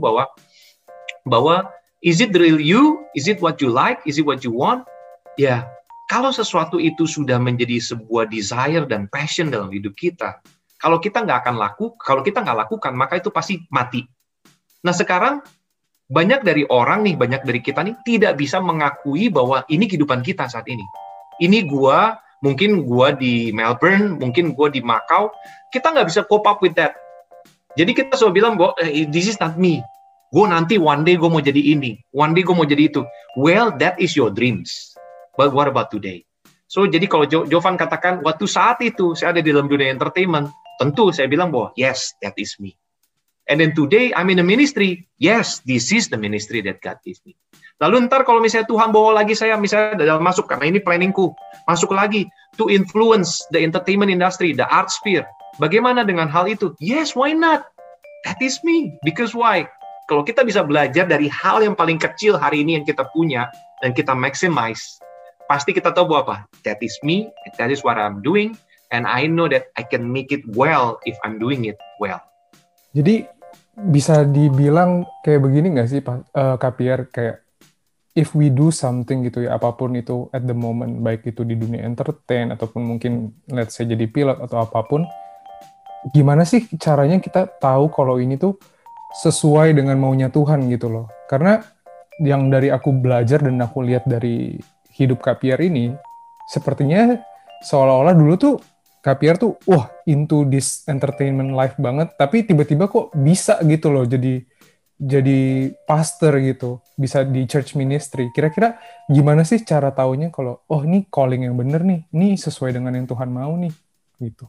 [SPEAKER 1] bahwa is it the real you? Is it what you like? Is it what you want? Ya, kalau sesuatu itu sudah menjadi sebuah desire dan passion dalam hidup kita, kalau kita nggak lakukan, maka itu pasti mati. Nah sekarang, banyak dari kita nih tidak bisa mengakui bahwa ini kehidupan kita saat ini. Ini mungkin gua di Melbourne, mungkin gua di Macau, kita nggak bisa cope up with that. Jadi kita selalu bilang bahwa this is not me. Gue nanti one day gue mau jadi ini, one day gue mau jadi itu. Well, that is your dreams. But what about today? So jadi kalau Jovan katakan waktu saat itu saya ada di dalam dunia entertainment, tentu saya bilang bahwa yes, that is me. And then today I'm in the ministry. Yes, this is the ministry that God gives me. Lalu ntar kalau misalnya Tuhan bawa lagi saya, misalnya dalam masuk, karena ini planningku, masuk lagi to influence the entertainment industry, the art sphere. Bagaimana dengan hal itu? Yes, why not? That is me. Because why? Kalau kita bisa belajar dari hal yang paling kecil hari ini yang kita punya, dan kita maximize, pasti kita tahu bahwa apa? That is me, that is what I'm doing, and I know that I can make it well if I'm doing it well.
[SPEAKER 3] Jadi bisa dibilang kayak begini nggak sih, Kak Pierre, kayak if we do something gitu ya, apapun itu at the moment, baik itu di dunia entertain, ataupun mungkin let's say jadi pilot atau apapun, gimana sih caranya kita tahu kalau ini tuh sesuai dengan maunya Tuhan gitu loh. Karena yang dari aku belajar dan aku lihat dari hidup Kak Pierre ini, sepertinya seolah-olah dulu tuh Kak Pierre tuh, wah, into this entertainment life banget, tapi tiba-tiba kok bisa gitu loh, jadi pastor gitu, bisa di church ministry. Kira-kira gimana sih cara taunya kalau, oh ini calling yang bener nih, ini sesuai dengan yang Tuhan mau nih, gitu.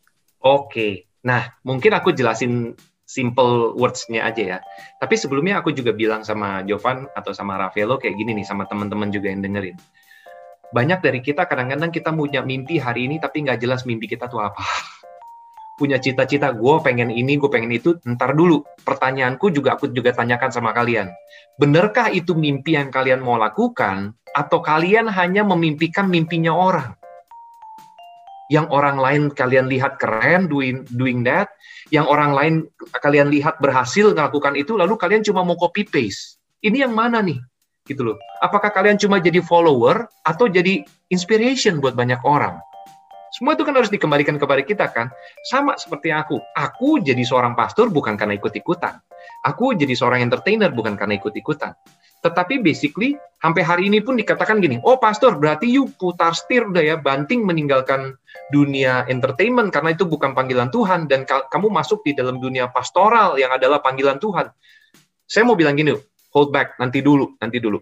[SPEAKER 1] Oke, nah mungkin aku jelasin simple words-nya aja ya. Tapi sebelumnya aku juga bilang sama Jovan atau sama Rafaelo kayak gini nih, sama teman-teman juga yang dengerin. Banyak dari kita kadang-kadang kita punya mimpi hari ini tapi nggak jelas mimpi kita tuh apa. Punya cita-cita, gue pengen ini, gue pengen itu, ntar dulu. Pertanyaanku juga aku juga tanyakan sama kalian. Benarkah itu mimpi yang kalian mau lakukan atau kalian hanya memimpikan mimpinya orang? Yang orang lain kalian lihat keren doing that, yang orang lain kalian lihat berhasil melakukan itu, lalu kalian cuma mau copy paste. Ini yang mana nih? Gitu loh. Apakah kalian cuma jadi follower atau jadi inspiration buat banyak orang? Semua itu kan harus dikembalikan kepada kita kan. Sama seperti aku. Aku jadi seorang pastor bukan karena ikut-ikutan. Aku jadi seorang entertainer bukan karena ikut-ikutan. Tetapi basically, sampai hari ini pun dikatakan gini, oh pastor, berarti you putar setir udah ya, banting meninggalkan dunia entertainment karena itu bukan panggilan Tuhan, dan kamu masuk di dalam dunia pastoral yang adalah panggilan Tuhan. Saya mau bilang gini, hold back, nanti dulu.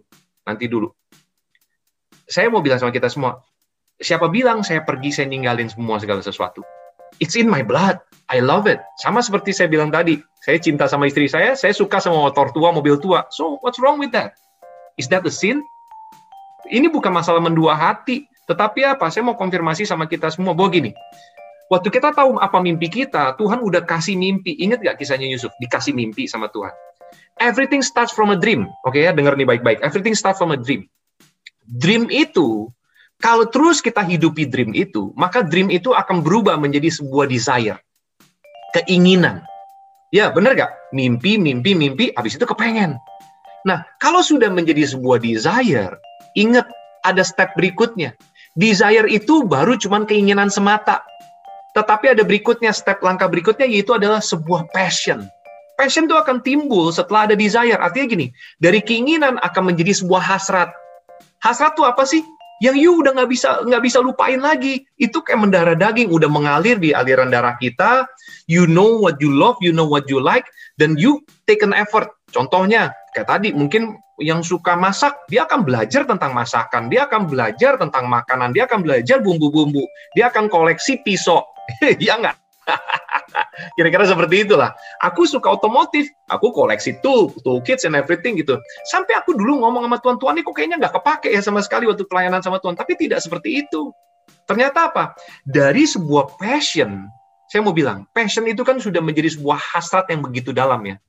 [SPEAKER 1] Saya mau bilang sama kita semua, siapa bilang saya pergi, saya ninggalin semua segala sesuatu? It's in my blood. I love it. Sama seperti saya bilang tadi, saya cinta sama istri saya suka sama motor tua, mobil tua. So, what's wrong with that? Is that a sin? Ini bukan masalah mendua hati, tetapi apa? Saya mau konfirmasi sama kita semua, bahwa gini, waktu kita tahu apa mimpi kita, Tuhan udah kasih mimpi. Ingat gak kisahnya Yusuf? Dikasih mimpi sama Tuhan. Everything starts from a dream. Oke ya, dengar nih baik-baik. Everything starts from a dream. Dream itu, kalau terus kita hidupi dream itu, maka dream itu akan berubah menjadi sebuah desire. Keinginan. Ya, benar gak? Mimpi, habis itu kepengen. Nah, kalau sudah menjadi sebuah desire, ingat, ada step berikutnya. Desire itu baru cuman keinginan semata. Tetapi ada berikutnya, step langkah berikutnya, yaitu adalah sebuah passion. Passion itu akan timbul setelah ada desire. Artinya gini, dari keinginan akan menjadi sebuah hasrat. Hasrat itu apa sih? yang you udah nggak bisa lupain lagi. Itu kayak mendarah daging, udah mengalir di aliran darah kita. You know what you love, you know what you like, dan you take an effort. Contohnya, kayak tadi, mungkin yang suka masak, dia akan belajar tentang masakan, dia akan belajar tentang makanan, dia akan belajar bumbu-bumbu, dia akan koleksi pisau. Ya nggak? Kira-kira seperti itulah. Aku suka otomotif, aku koleksi toolkits and everything gitu. Sampai aku dulu ngomong sama Tuhan, ini kok kayaknya nggak kepake ya sama sekali waktu pelayanan sama Tuhan. Tapi tidak seperti itu. Ternyata apa? Dari sebuah passion, saya mau bilang, passion itu kan sudah menjadi sebuah hasrat yang begitu dalam ya.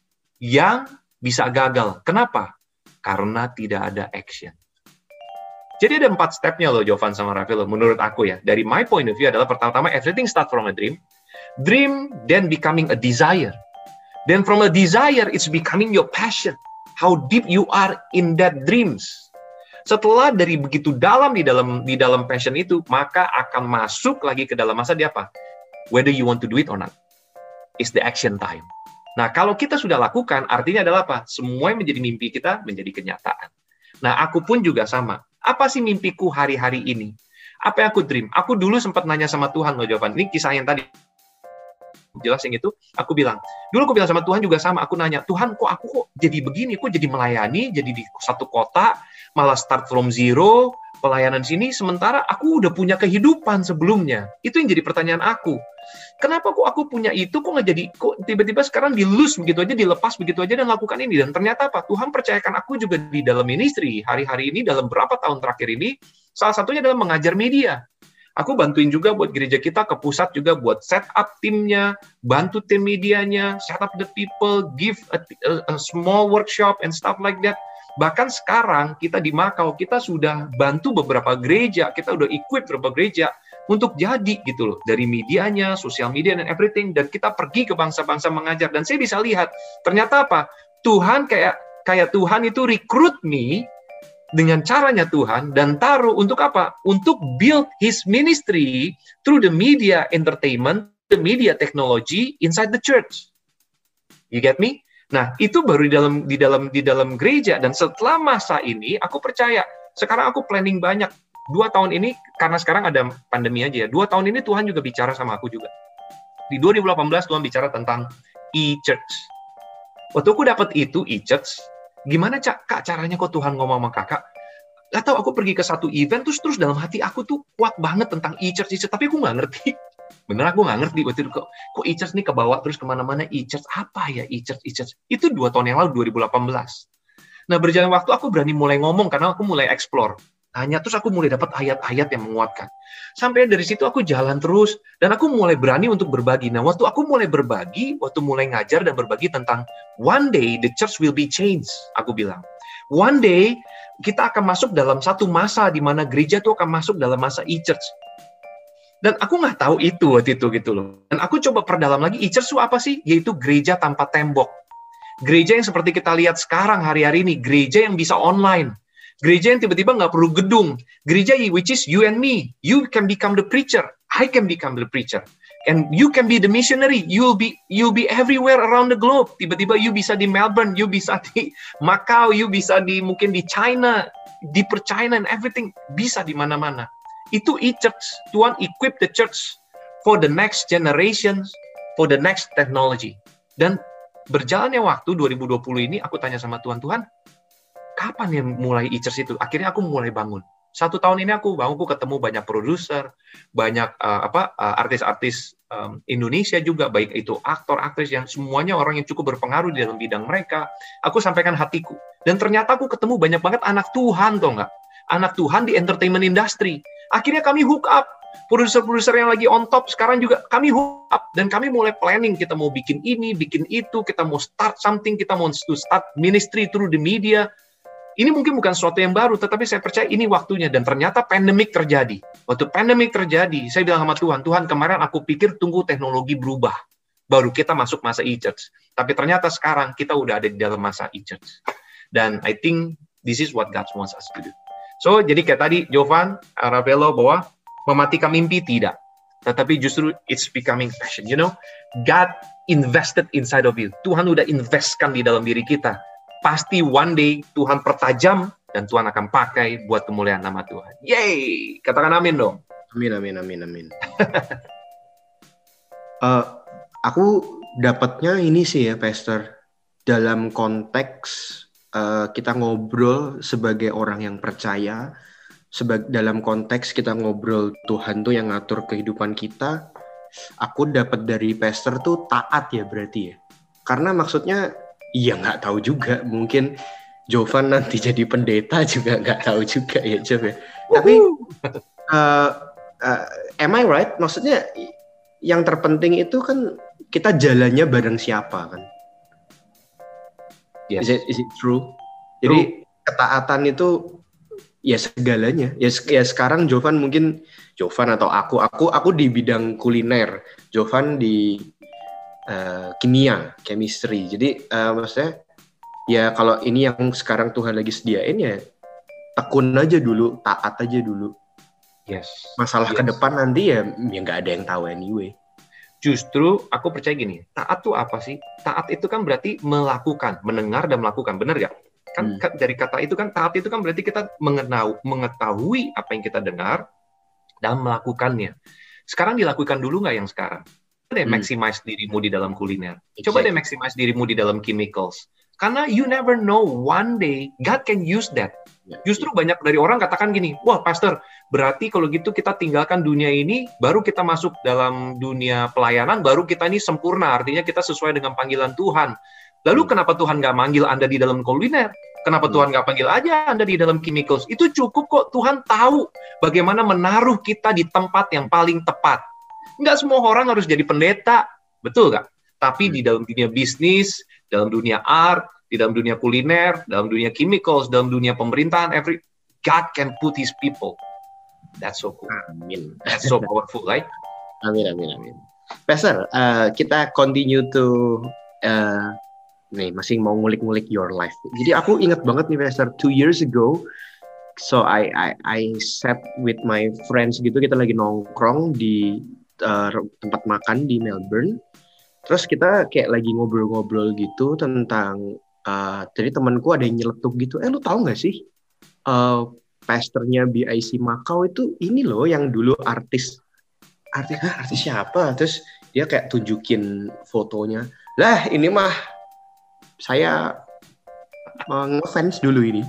[SPEAKER 1] Yang bisa gagal. Kenapa? Karena tidak ada action. Jadi ada 4 stepnya loh, Jovan sama Rafael, menurut aku ya. Dari my point of view adalah pertama-tama, everything start from a dream. Dream, then becoming a desire. Then from a desire, it's becoming your passion. How deep you are in that dreams. Setelah dari begitu dalam di dalam passion itu, maka akan masuk lagi ke dalam masa dia apa? Whether you want to do it or not. It's the action time. Nah, kalau kita sudah lakukan, artinya adalah apa? Semua yang menjadi mimpi kita menjadi kenyataan. Nah, aku pun juga sama. Apa sih mimpiku hari-hari ini? Apa yang aku dream? Aku dulu sempat nanya sama Tuhan loh, jawaban. Ini kisah yang tadi. Jelas yang itu, aku bilang. Dulu aku bilang sama Tuhan juga sama. Aku nanya, Tuhan kok jadi begini? Kok jadi melayani, jadi di satu kota, malah start from zero, pelayanan sini, sementara aku udah punya kehidupan sebelumnya. Itu yang jadi pertanyaan aku. Kenapa kok aku punya itu, kok nggak jadi, kok tiba-tiba sekarang dilus begitu aja, dilepas begitu aja dan lakukan ini. Dan ternyata apa? Tuhan percayakan aku juga di dalam ministry hari-hari ini, dalam berapa tahun terakhir ini, salah satunya adalah mengajar media. Aku bantuin juga buat gereja kita ke pusat juga buat set up timnya, bantu tim medianya, set up the people, give a small workshop and stuff like that. Bahkan sekarang kita di Makau, kita sudah bantu beberapa gereja, kita udah equip beberapa gereja untuk jadi gitu loh, dari medianya, sosial media dan everything, dan kita pergi ke bangsa-bangsa mengajar. Dan saya bisa lihat, ternyata apa? Tuhan kayak Tuhan itu recruit me dengan caranya Tuhan, dan taruh untuk apa? Untuk build His ministry through the media entertainment, the media technology inside the church. You get me? Nah, itu baru di dalam gereja. Dan setelah masa ini, aku percaya, sekarang aku planning banyak. 2 tahun ini, karena sekarang ada pandemi aja ya, 2 tahun ini Tuhan juga bicara sama aku juga. Di 2018 Tuhan bicara tentang e-church. Waktu aku dapat itu e-church, gimana Kak caranya kok Tuhan ngomong sama kakak? Gak tahu, aku pergi ke satu event, terus dalam hati aku tuh kuat banget tentang e-church, tapi aku nggak ngerti. Bener, aku nggak ngerti waktu itu kok e-church nih kebawa terus kemana-mana. E-church apa ya e-church? Itu 2 tahun yang lalu, 2018. Nah, berjalan waktu aku berani mulai ngomong karena aku mulai explore. Hanya terus aku mulai dapat ayat-ayat yang menguatkan. Sampai dari situ aku jalan terus dan aku mulai berani untuk berbagi. Nah, waktu aku mulai berbagi, waktu mulai ngajar dan berbagi tentang one day the church will be changed, aku bilang. One day kita akan masuk dalam satu masa di mana gereja itu akan masuk dalam masa e-church. Dan aku nggak tahu itu waktu itu gitu loh. Dan aku coba perdalam lagi, e-church itu apa sih? Yaitu gereja tanpa tembok. Gereja yang seperti kita lihat sekarang hari-hari ini, gereja yang bisa online. Gereja yang tiba-tiba nggak perlu gedung. Gereja which is you and me. You can become the preacher. I can become the preacher. And you can be the missionary. You'll be everywhere around the globe. Tiba-tiba you bisa di Melbourne, you bisa di Macau, you bisa mungkin di China, di China and everything. Bisa di mana-mana. Itu e-church. Tuhan equip the church for the next generations, for the next technology. Dan berjalannya waktu 2020 ini, aku tanya sama Tuhan, kapan ya mulai e-church itu? Akhirnya aku mulai bangun. 1 tahun ini aku ketemu banyak produser, banyak artis-artis Indonesia juga, baik itu aktor, aktris yang semuanya orang yang cukup berpengaruh di dalam bidang mereka. Aku sampaikan hatiku. Dan ternyata aku ketemu banyak banget anak Tuhan, tau nggak? Anak Tuhan di entertainment industry. Akhirnya kami hook up. Produser-produser yang lagi on top sekarang juga kami hook up. Dan kami mulai planning, kita mau bikin ini, bikin itu, kita mau start something, kita mau start ministry through the media. Ini mungkin bukan sesuatu yang baru, tetapi saya percaya ini waktunya. Dan ternyata pandemik terjadi. Waktu pandemik terjadi, saya bilang sama Tuhan, kemarin aku pikir tunggu teknologi berubah. Baru kita masuk masa e-church. Tapi ternyata sekarang kita udah ada di dalam masa e-church. Dan I think this is what God wants us to do. So, jadi kayak tadi, Jovan, Ravello, bahwa mematikan mimpi tidak. Tetapi justru it's becoming passion. You know, God invested inside of you. Tuhan udah investkan di dalam diri kita. Pasti one day Tuhan pertajam dan Tuhan akan pakai buat kemuliaan nama Tuhan. Yeay! Katakan amin dong.
[SPEAKER 2] Amin. Aku dapatnya ini sih ya, Pastor. Dalam konteks kita ngobrol sebagai orang yang percaya, dalam konteks kita ngobrol Tuhan tuh yang ngatur kehidupan kita, aku dapat dari Pastor tuh taat ya berarti ya. Karena maksudnya, ya nggak tahu juga, mungkin Jovan nanti jadi pendeta juga nggak tahu juga ya, Jov ya. Tapi am I right? Maksudnya yang terpenting itu kan kita jalannya bareng siapa kan?
[SPEAKER 1] Yes.
[SPEAKER 2] Is it true? Jadi ketaatan itu ya segalanya. Ya sekarang Jovan atau aku di bidang kuliner, Jovan di kimia, chemistry. Jadi maksudnya ya kalau ini yang sekarang Tuhan lagi sediain ya tekun aja dulu, taat aja dulu.
[SPEAKER 1] Yes.
[SPEAKER 2] Masalah ke depan nanti ya nggak ada yang tahu anyway.
[SPEAKER 1] Justru aku percaya gini, taat tuh apa sih? Taat itu kan berarti melakukan, mendengar dan melakukan, benar gak? Kan dari kata itu kan, taat itu kan berarti kita mengetahui apa yang kita dengar dan melakukannya. Sekarang dilakukan dulu nggak yang sekarang? Coba deh maximize dirimu di dalam kuliner. Coba deh maximize dirimu di dalam chemicals. Karena you never know, one day God can use that. Justru banyak dari orang katakan gini, wah pastor, berarti kalau gitu kita tinggalkan dunia ini, baru kita masuk dalam dunia pelayanan, baru kita ini sempurna, artinya kita sesuai dengan panggilan Tuhan. Lalu kenapa Tuhan nggak manggil Anda di dalam kuliner? Kenapa Tuhan nggak panggil aja Anda di dalam chemicals? Itu cukup kok, Tuhan tahu bagaimana menaruh kita di tempat yang paling tepat. Nggak semua orang harus jadi pendeta, betul nggak? Tapi di dalam dunia bisnis, dalam dunia art, di dalam dunia kuliner, dalam dunia chemicals, dalam dunia pemerintahan, God can put His people. That's so cool.
[SPEAKER 2] Amin.
[SPEAKER 1] That's so powerful, right?
[SPEAKER 2] Amin. Pastor, kita continue to nih masih mau ngulik-ngulik your life. Jadi aku ingat banget nih Pastor, 2 years ago, so I sat with my friends gitu, kita lagi nongkrong di tempat makan di Melbourne. Terus kita kayak lagi ngobrol-ngobrol gitu tentang jadi temanku ada yang nyeletuk gitu, lu tahu nggak sih pastornya BIC Macau itu ini loh yang dulu artis siapa? Terus dia kayak tunjukin fotonya, lah ini mah saya ngefans dulu ini.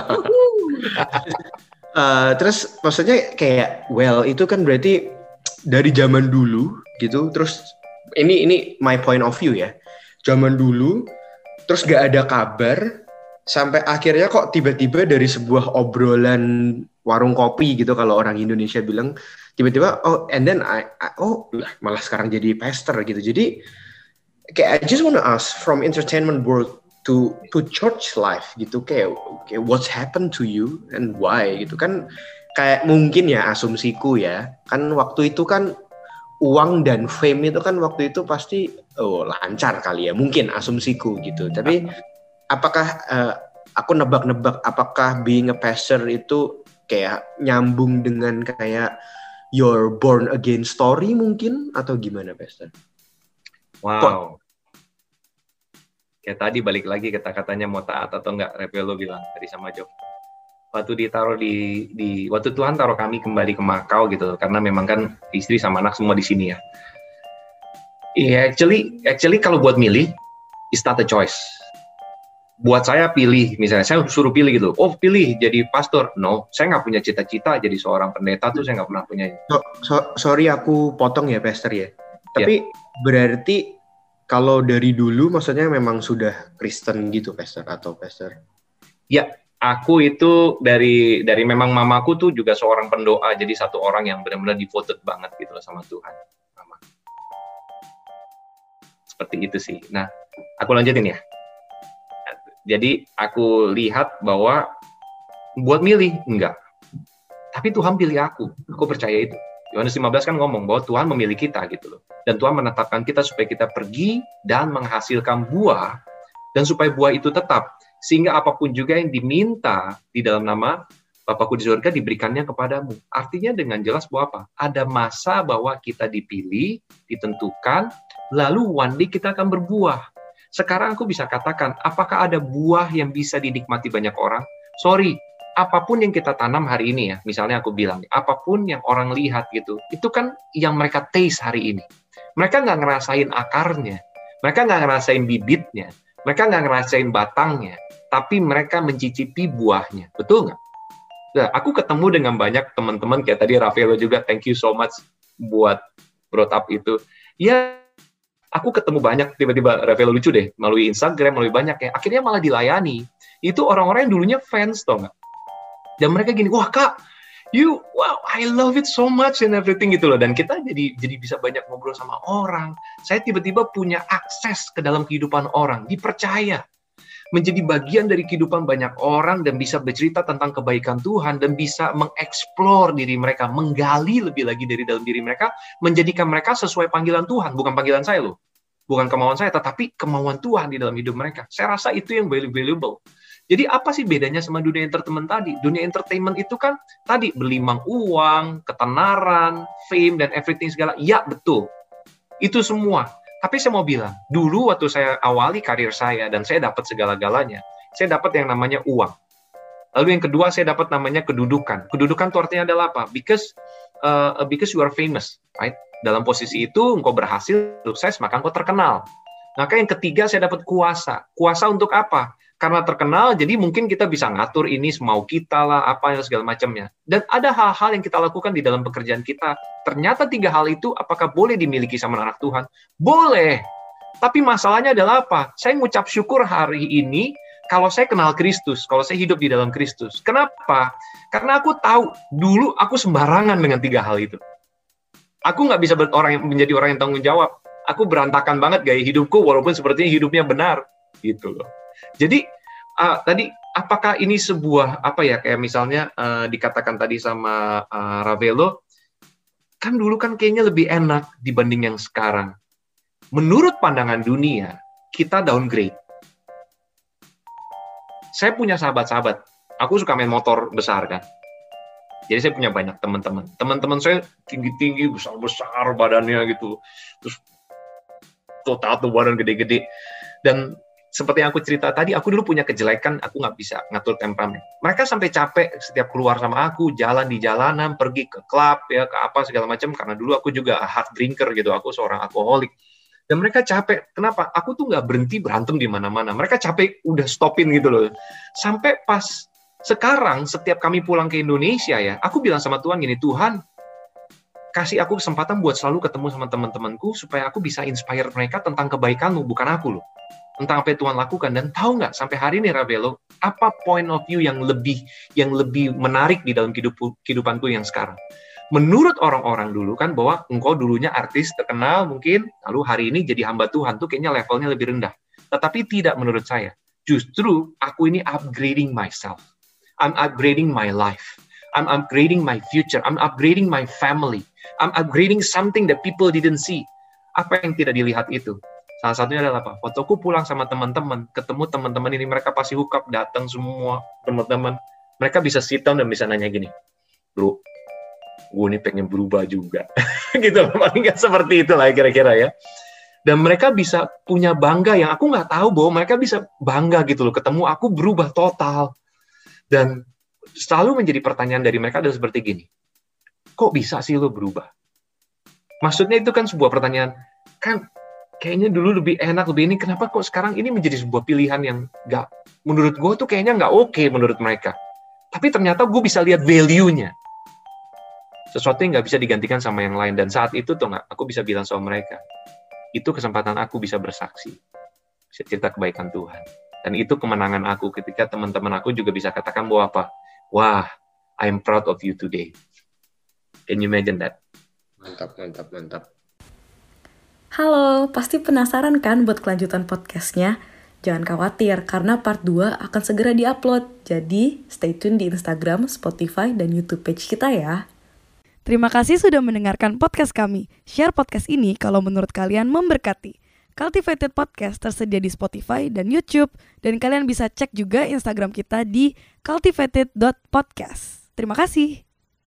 [SPEAKER 2] Terus maksudnya kayak itu kan berarti dari zaman dulu gitu. Terus ini my point of view ya, zaman dulu terus gak ada kabar sampai akhirnya kok tiba-tiba dari sebuah obrolan warung kopi gitu kalau orang Indonesia bilang, tiba-tiba and then malah sekarang jadi pastor gitu. Jadi kayak I just wanna ask from entertainment world to church life gitu, kayak what's happened to you and why gitu kan. Kayak mungkin ya asumsiku ya, kan waktu itu kan uang dan fame itu kan waktu itu pasti lancar kali ya, mungkin asumsiku gitu. Tapi apakah aku nebak-nebak apakah being a pastor itu kayak nyambung dengan kayak your born again story mungkin, atau gimana Pastor?
[SPEAKER 1] Wow. Kayak tadi balik lagi kata-katanya mau taat atau enggak, Repelo bilang tadi sama Job. Waktu ditaruh waktu Tuhan taruh kami kembali ke Macau gitu, karena memang kan istri sama anak semua di sini ya. Iya, actually kalau buat milih, it's not a choice. Buat saya pilih, misalnya saya suruh pilih gitu, pilih jadi pastor. No, saya nggak punya cita-cita jadi seorang pendeta tuh, saya nggak pernah punya.
[SPEAKER 2] Sorry aku potong ya Pastor ya. Tapi berarti kalau dari dulu maksudnya memang sudah Kristen gitu Pastor atau Pastor?
[SPEAKER 1] Ya. Aku itu dari memang mamaku tuh juga seorang pendoa, jadi satu orang yang benar-benar devoted banget gitu loh sama Tuhan. Mama. Seperti itu sih. Nah, aku lanjutin ya. Jadi aku lihat bahwa buat milih enggak. Tapi Tuhan pilih aku percaya itu. Yohanes 15 kan ngomong bahwa Tuhan memilih kita gitu loh. Dan Tuhan menetapkan kita supaya kita pergi dan menghasilkan buah, dan supaya buah itu tetap. Sehingga apapun juga yang diminta di dalam nama Bapakku di surga diberikannya kepadamu. Artinya dengan jelas bahwa apa? Ada masa bahwa kita dipilih, ditentukan, lalu one day kita akan berbuah. Sekarang aku bisa katakan, apakah ada buah yang bisa dinikmati banyak orang? Sorry, apapun yang kita tanam hari ini ya, misalnya aku bilang, apapun yang orang lihat gitu, itu kan yang mereka taste hari ini. Mereka nggak ngerasain akarnya, mereka nggak ngerasain bibitnya, mereka nggak ngerasain batangnya, tapi mereka mencicipi buahnya. Betul nggak? Nah, aku ketemu dengan banyak teman-teman, kayak tadi Rafaelo juga, thank you so much buat brought up itu. Ya, aku ketemu banyak, tiba-tiba Rafaelo lucu deh, melalui Instagram, melalui banyak ya, akhirnya malah dilayani. Itu orang-orang yang dulunya fans, tau nggak? Dan mereka gini, wah Kak, wow, I love it so much and everything gitu loh. Dan kita jadi bisa banyak ngobrol sama orang. Saya tiba-tiba punya akses ke dalam kehidupan orang, dipercaya. Menjadi bagian dari kehidupan banyak orang dan bisa bercerita tentang kebaikan Tuhan dan bisa mengeksplor diri mereka, menggali lebih lagi dari dalam diri mereka, menjadikan mereka sesuai panggilan Tuhan. Bukan panggilan saya loh, bukan kemauan saya, tetapi kemauan Tuhan di dalam hidup mereka. Saya rasa itu yang valuable. Jadi apa sih bedanya sama dunia entertainment tadi? Dunia entertainment itu kan tadi berlimang uang, ketenaran, fame, dan everything segala. Ya betul, itu semua. Tapi saya mau bilang, dulu waktu saya awali karir saya dan saya dapat segala-galanya, saya dapat yang namanya uang. Lalu yang kedua, saya dapat namanya kedudukan. Kedudukan itu artinya adalah apa? Because you are famous, right? Dalam posisi itu, engkau berhasil, sukses, maka engkau terkenal. Maka yang ketiga, saya dapat kuasa. Kuasa untuk apa? Karena terkenal, jadi mungkin kita bisa ngatur ini semau kita lah, apa segala macamnya. Dan ada hal-hal yang kita lakukan di dalam pekerjaan kita. Ternyata 3 hal itu, apakah boleh dimiliki sama anak Tuhan? Boleh. Tapi masalahnya adalah apa? Saya ngucap syukur hari ini, kalau saya kenal Kristus, kalau saya hidup di dalam Kristus. Kenapa? Karena aku tahu, dulu aku sembarangan dengan 3 hal itu. Aku nggak bisa menjadi orang yang tanggung jawab. Aku berantakan banget gaya hidupku, walaupun sepertinya hidupnya benar. Gitu loh. Jadi tadi apakah ini sebuah kayak misalnya dikatakan tadi sama Rafaelo, kan dulu kan kayaknya lebih enak dibanding yang sekarang. Menurut pandangan dunia, kita downgrade. Saya punya sahabat-sahabat, aku suka main motor besar kan. Jadi saya punya banyak teman-teman. Teman-teman saya tinggi-tinggi, besar-besar badannya gitu. Terus tato badan gede-gede. Dan seperti yang aku cerita tadi, aku dulu punya kejelekan, aku nggak bisa ngatur temperamen. Mereka sampai capek setiap keluar sama aku, jalan di jalanan, pergi ke klub, ya ke apa segala macam. Karena dulu aku juga hard drinker gitu, aku seorang alkoholik. Dan mereka capek. Kenapa? Aku tuh nggak berhenti berantem di mana-mana. Mereka capek, udah stopin gitu loh. Sampai pas sekarang, setiap kami pulang ke Indonesia ya, aku bilang sama Tuhan gini, Tuhan, kasih aku kesempatan buat selalu ketemu sama teman-temanku, supaya aku bisa inspire mereka tentang kebaikan-Mu, bukan aku loh. Tentang apa yang Tuhan lakukan. Dan tahu nggak, sampai hari ini Rafaelo, apa point of view yang lebih menarik di dalam kehidupanku yang sekarang? Menurut orang-orang dulu kan, bahwa engkau dulunya artis terkenal mungkin, lalu hari ini jadi hamba Tuhan, tuh kayaknya levelnya lebih rendah. Tetapi tidak menurut saya. Justru aku ini upgrading myself. I'm upgrading my life. I'm upgrading my future. I'm upgrading my family. I'm upgrading something that people didn't see. Apa yang tidak dilihat itu? Salah satunya adalah apa? Fotoku pulang sama teman-teman, ketemu teman-teman ini, mereka pasti hook up, datang semua teman-teman. Mereka bisa sit down dan bisa nanya gini, bro, gue ini pengen berubah juga. Gitu loh, paling nggak seperti itu lah kira-kira ya. Dan mereka bisa punya bangga yang aku nggak tahu, bahwa mereka bisa bangga gitu loh, ketemu aku berubah total. Dan selalu menjadi pertanyaan dari mereka adalah seperti gini, kok bisa sih lo berubah? Maksudnya itu kan sebuah pertanyaan, kan kayaknya dulu lebih enak, lebih ini, kenapa kok sekarang ini menjadi sebuah pilihan yang nggak, menurut gue tuh kayaknya nggak oke menurut mereka. Tapi ternyata gue bisa lihat value-nya. Sesuatu yang nggak bisa digantikan sama yang lain. Dan saat itu tuh aku bisa bilang sama mereka, itu kesempatan aku bisa bersaksi, bisa cerita kebaikan Tuhan. Dan itu kemenangan aku ketika teman-teman aku juga bisa katakan bahwa apa? Wah, I'm proud of you today. Can you imagine that?
[SPEAKER 2] Mantap.
[SPEAKER 4] Halo, pasti penasaran kan buat kelanjutan podcastnya? Jangan khawatir, karena part 2 akan segera diupload. Jadi, stay tune di Instagram, Spotify, dan YouTube page kita ya.
[SPEAKER 5] Terima kasih sudah mendengarkan podcast kami. Share podcast ini kalau menurut kalian memberkati. Cultivated Podcast tersedia di Spotify dan YouTube. Dan kalian bisa cek juga Instagram kita di cultivated.podcast. Terima kasih.